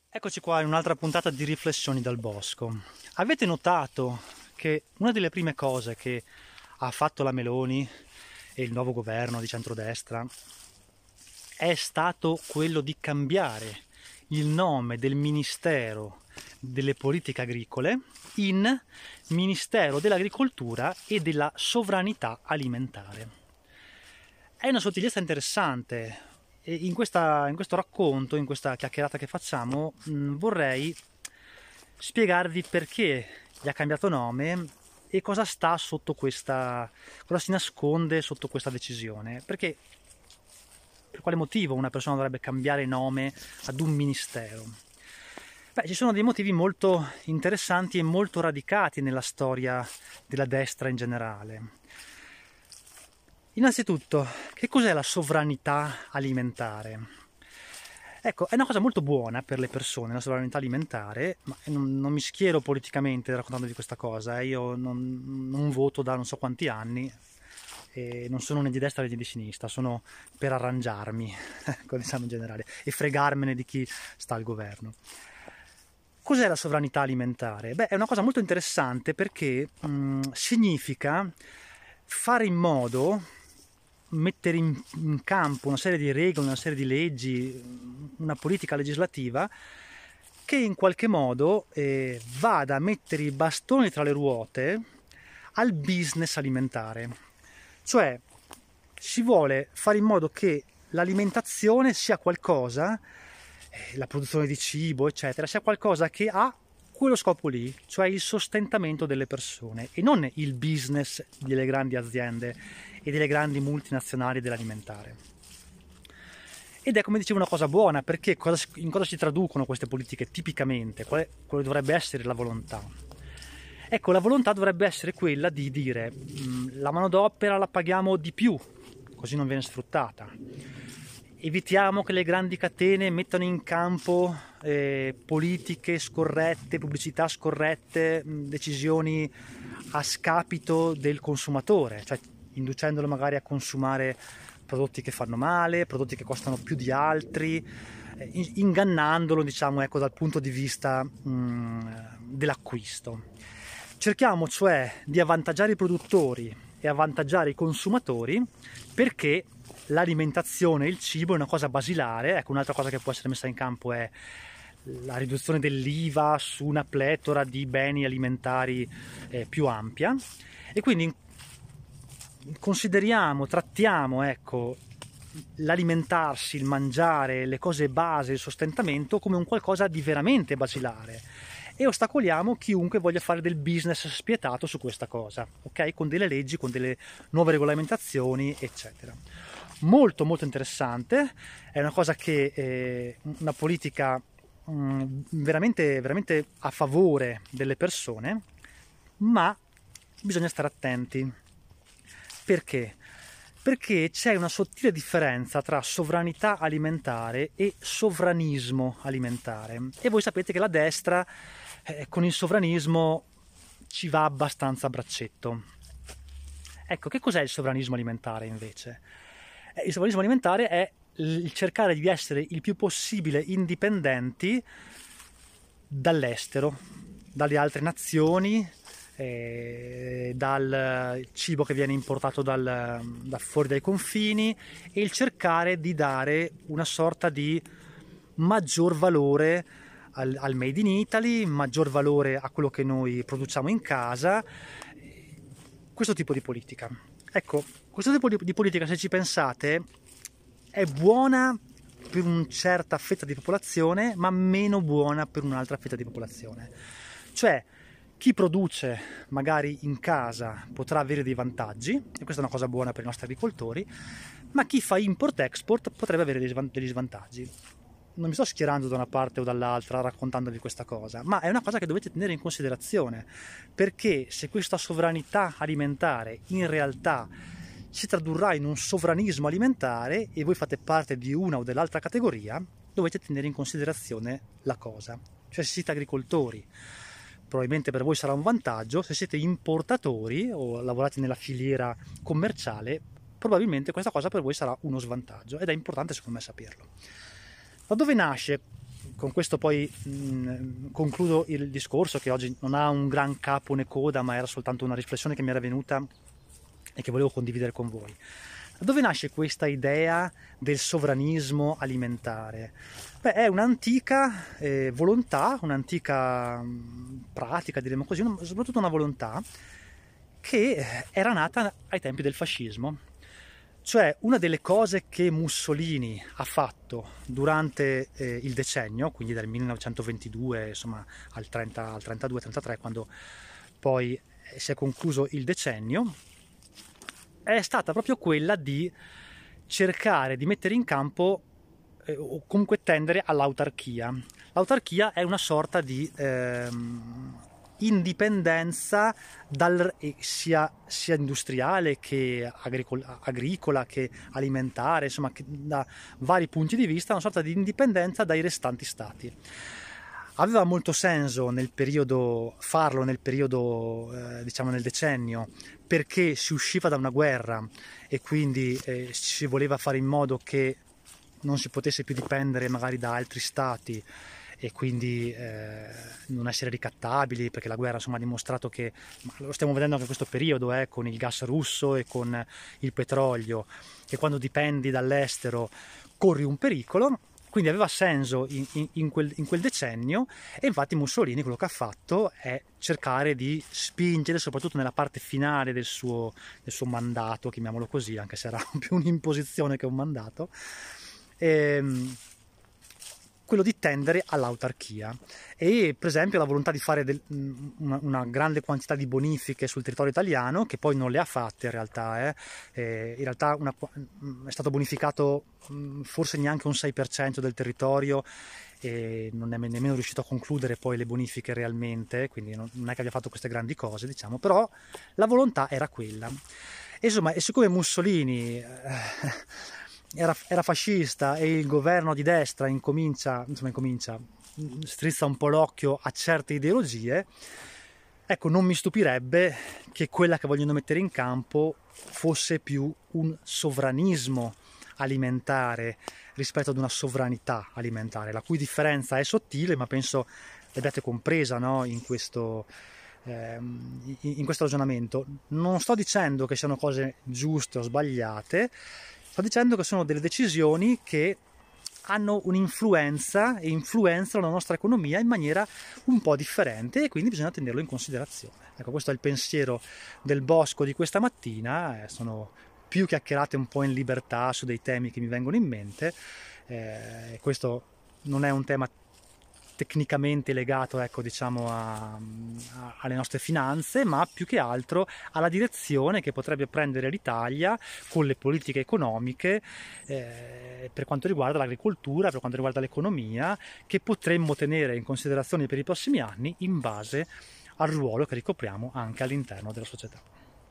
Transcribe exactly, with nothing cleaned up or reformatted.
Eccoci qua in un'altra puntata di Riflessioni dal Bosco. Avete notato che una delle prime cose che ha fatto la Meloni e il nuovo governo di centrodestra è stato quello di cambiare il nome del Ministero delle Politiche Agricole in Ministero dell'Agricoltura e della Sovranità Alimentare. È una sottigliezza interessante. E in, questa, in questo racconto, in questa chiacchierata che facciamo, mh, vorrei spiegarvi perché gli ha cambiato nome e cosa sta sotto questa, cosa si nasconde sotto questa decisione. Perché, per quale motivo una persona dovrebbe cambiare nome ad un ministero? Beh, ci sono dei motivi molto interessanti e molto radicati nella storia della destra in generale. Innanzitutto, che cos'è la sovranità alimentare? Ecco, è una cosa molto buona per le persone, la sovranità alimentare, ma non, non mi schiero politicamente raccontandovi questa cosa, eh. Io non, non voto da non so quanti anni, e non sono né di destra né di sinistra, sono per arrangiarmi, diciamo in generale, e fregarmene di chi sta al governo. Cos'è la sovranità alimentare? Beh, è una cosa molto interessante perché mh, significa fare in modo, mettere in, in campo una serie di regole, una serie di leggi, una politica legislativa che in qualche modo eh, vada a mettere i bastoni tra le ruote al business alimentare. Cioè si vuole fare in modo che l'alimentazione sia qualcosa, eh, la produzione di cibo eccetera, sia qualcosa che ha quello scopo lì, cioè il sostentamento delle persone e non il business delle grandi aziende e delle grandi multinazionali dell'alimentare. Ed è, come dicevo, una cosa buona, perché cosa, in cosa si traducono queste politiche tipicamente? Quale, quale dovrebbe essere la volontà? Ecco, la volontà dovrebbe essere quella di dire mh, la manodopera la paghiamo di più, così non viene sfruttata. Evitiamo che le grandi catene mettano in campo eh, politiche scorrette, pubblicità scorrette, mh, decisioni a scapito del consumatore, cioè inducendolo magari a consumare prodotti che fanno male, prodotti che costano più di altri, eh, ingannandolo, diciamo, ecco, dal punto di vista mh, dell'acquisto. Cerchiamo cioè di avvantaggiare i produttori e avvantaggiare i consumatori perché l'alimentazione, il cibo è una cosa basilare. Ecco, un'altra cosa che può essere messa in campo è la riduzione dell'I V A su una pletora di beni alimentari eh, più ampia, e quindi consideriamo, trattiamo ecco, l'alimentarsi, il mangiare, le cose base, il sostentamento come un qualcosa di veramente basilare e ostacoliamo chiunque voglia fare del business spietato su questa cosa, ok? Con delle leggi, con delle nuove regolamentazioni, eccetera. Molto molto interessante, è una cosa che è una politica mh, veramente, veramente a favore delle persone, ma bisogna stare attenti. Perché? Perché c'è una sottile differenza tra sovranità alimentare e sovranismo alimentare. E voi sapete che la destra eh, con il sovranismo ci va abbastanza a braccetto. Ecco, che cos'è il sovranismo alimentare invece? Eh, il sovranismo alimentare è il cercare di essere il più possibile indipendenti dall'estero, dalle altre nazioni, Eh, dal cibo che viene importato dal, da fuori dai confini, e il cercare di dare una sorta di maggior valore al, al made in Italy, maggior valore a quello che noi produciamo in casa, questo tipo di politica. Ecco, questo tipo di, di politica, se ci pensate, è buona per una certa fetta di popolazione, ma meno buona per un'altra fetta di popolazione. Cioè, chi produce magari in casa potrà avere dei vantaggi, e questa è una cosa buona per i nostri agricoltori, ma chi fa import-export potrebbe avere degli svantaggi. Non mi sto schierando da una parte o dall'altra raccontandovi questa cosa, ma è una cosa che dovete tenere in considerazione, perché se questa sovranità alimentare in realtà si tradurrà in un sovranismo alimentare e voi fate parte di una o dell'altra categoria, dovete tenere in considerazione la cosa. Cioè, se siete agricoltori, probabilmente per voi sarà un vantaggio; se siete importatori o lavorate nella filiera commerciale, probabilmente questa cosa per voi sarà uno svantaggio, ed è importante secondo me saperlo. Da dove nasce con questo poi mh, concludo il discorso, che oggi non ha un gran capo né coda, ma era soltanto una riflessione che mi era venuta e che volevo condividere con voi. Da dove nasce questa idea del sovranismo alimentare? Beh, è un'antica eh, volontà, un'antica mh, pratica, diremmo così, una, soprattutto una volontà che era nata ai tempi del fascismo. Cioè, una delle cose che Mussolini ha fatto durante eh, il decennio, quindi dal millenovecentoventidue insomma, al, trenta, al trentadue trentatré, quando poi si è concluso il decennio, è stata proprio quella di cercare di mettere in campo eh, o comunque tendere all'autarchia. L'autarchia è una sorta di ehm, indipendenza dal, sia, sia industriale che agricola, agricola che alimentare, insomma che da vari punti di vista, una sorta di indipendenza dai restanti stati. Aveva molto senso nel periodo, farlo nel periodo, eh, diciamo nel decennio, perché si usciva da una guerra e quindi eh, si voleva fare in modo che non si potesse più dipendere magari da altri stati e quindi eh, non essere ricattabili, perché la guerra insomma ha dimostrato che, ma lo stiamo vedendo anche in questo periodo, eh, con il gas russo e con il petrolio, che quando dipendi dall'estero corri un pericolo. Quindi aveva senso in, in, in, quel, in quel decennio, e infatti Mussolini quello che ha fatto è cercare di spingere, soprattutto nella parte finale del suo, del suo mandato, chiamiamolo così, anche se era più un'imposizione che un mandato, ehm, quello di tendere all'autarchia. E per esempio la volontà di fare del, una, una grande quantità di bonifiche sul territorio italiano, che poi non le ha fatte in realtà, eh. Eh, in realtà una, è stato bonificato mh, forse neanche un sei per cento del territorio, e non è nemmeno riuscito a concludere poi le bonifiche realmente, quindi non, non è che abbia fatto queste grandi cose, diciamo, però la volontà era quella. E insomma, e siccome Mussolini eh, Era, era fascista e il governo di destra incomincia, insomma incomincia, strizza un po' l'occhio a certe ideologie, ecco, non mi stupirebbe che quella che vogliono mettere in campo fosse più un sovranismo alimentare rispetto ad una sovranità alimentare, la cui differenza è sottile, ma penso l'abbiate compresa, no? in questo... in questo ragionamento. Non sto dicendo che siano cose giuste o sbagliate, sto dicendo che sono delle decisioni che hanno un'influenza e influenzano la nostra economia in maniera un po' differente, e quindi bisogna tenerlo in considerazione. Ecco, questo è il pensiero del Bosco di questa mattina. Eh, sono più chiacchierate un po' in libertà su dei temi che mi vengono in mente. Eh, questo non è un tema tecnicamente legato, ecco, diciamo a, a, alle nostre finanze, ma più che altro alla direzione che potrebbe prendere l'Italia con le politiche economiche eh, per quanto riguarda l'agricoltura, per quanto riguarda l'economia, che potremmo tenere in considerazione per i prossimi anni in base al ruolo che ricopriamo anche all'interno della società.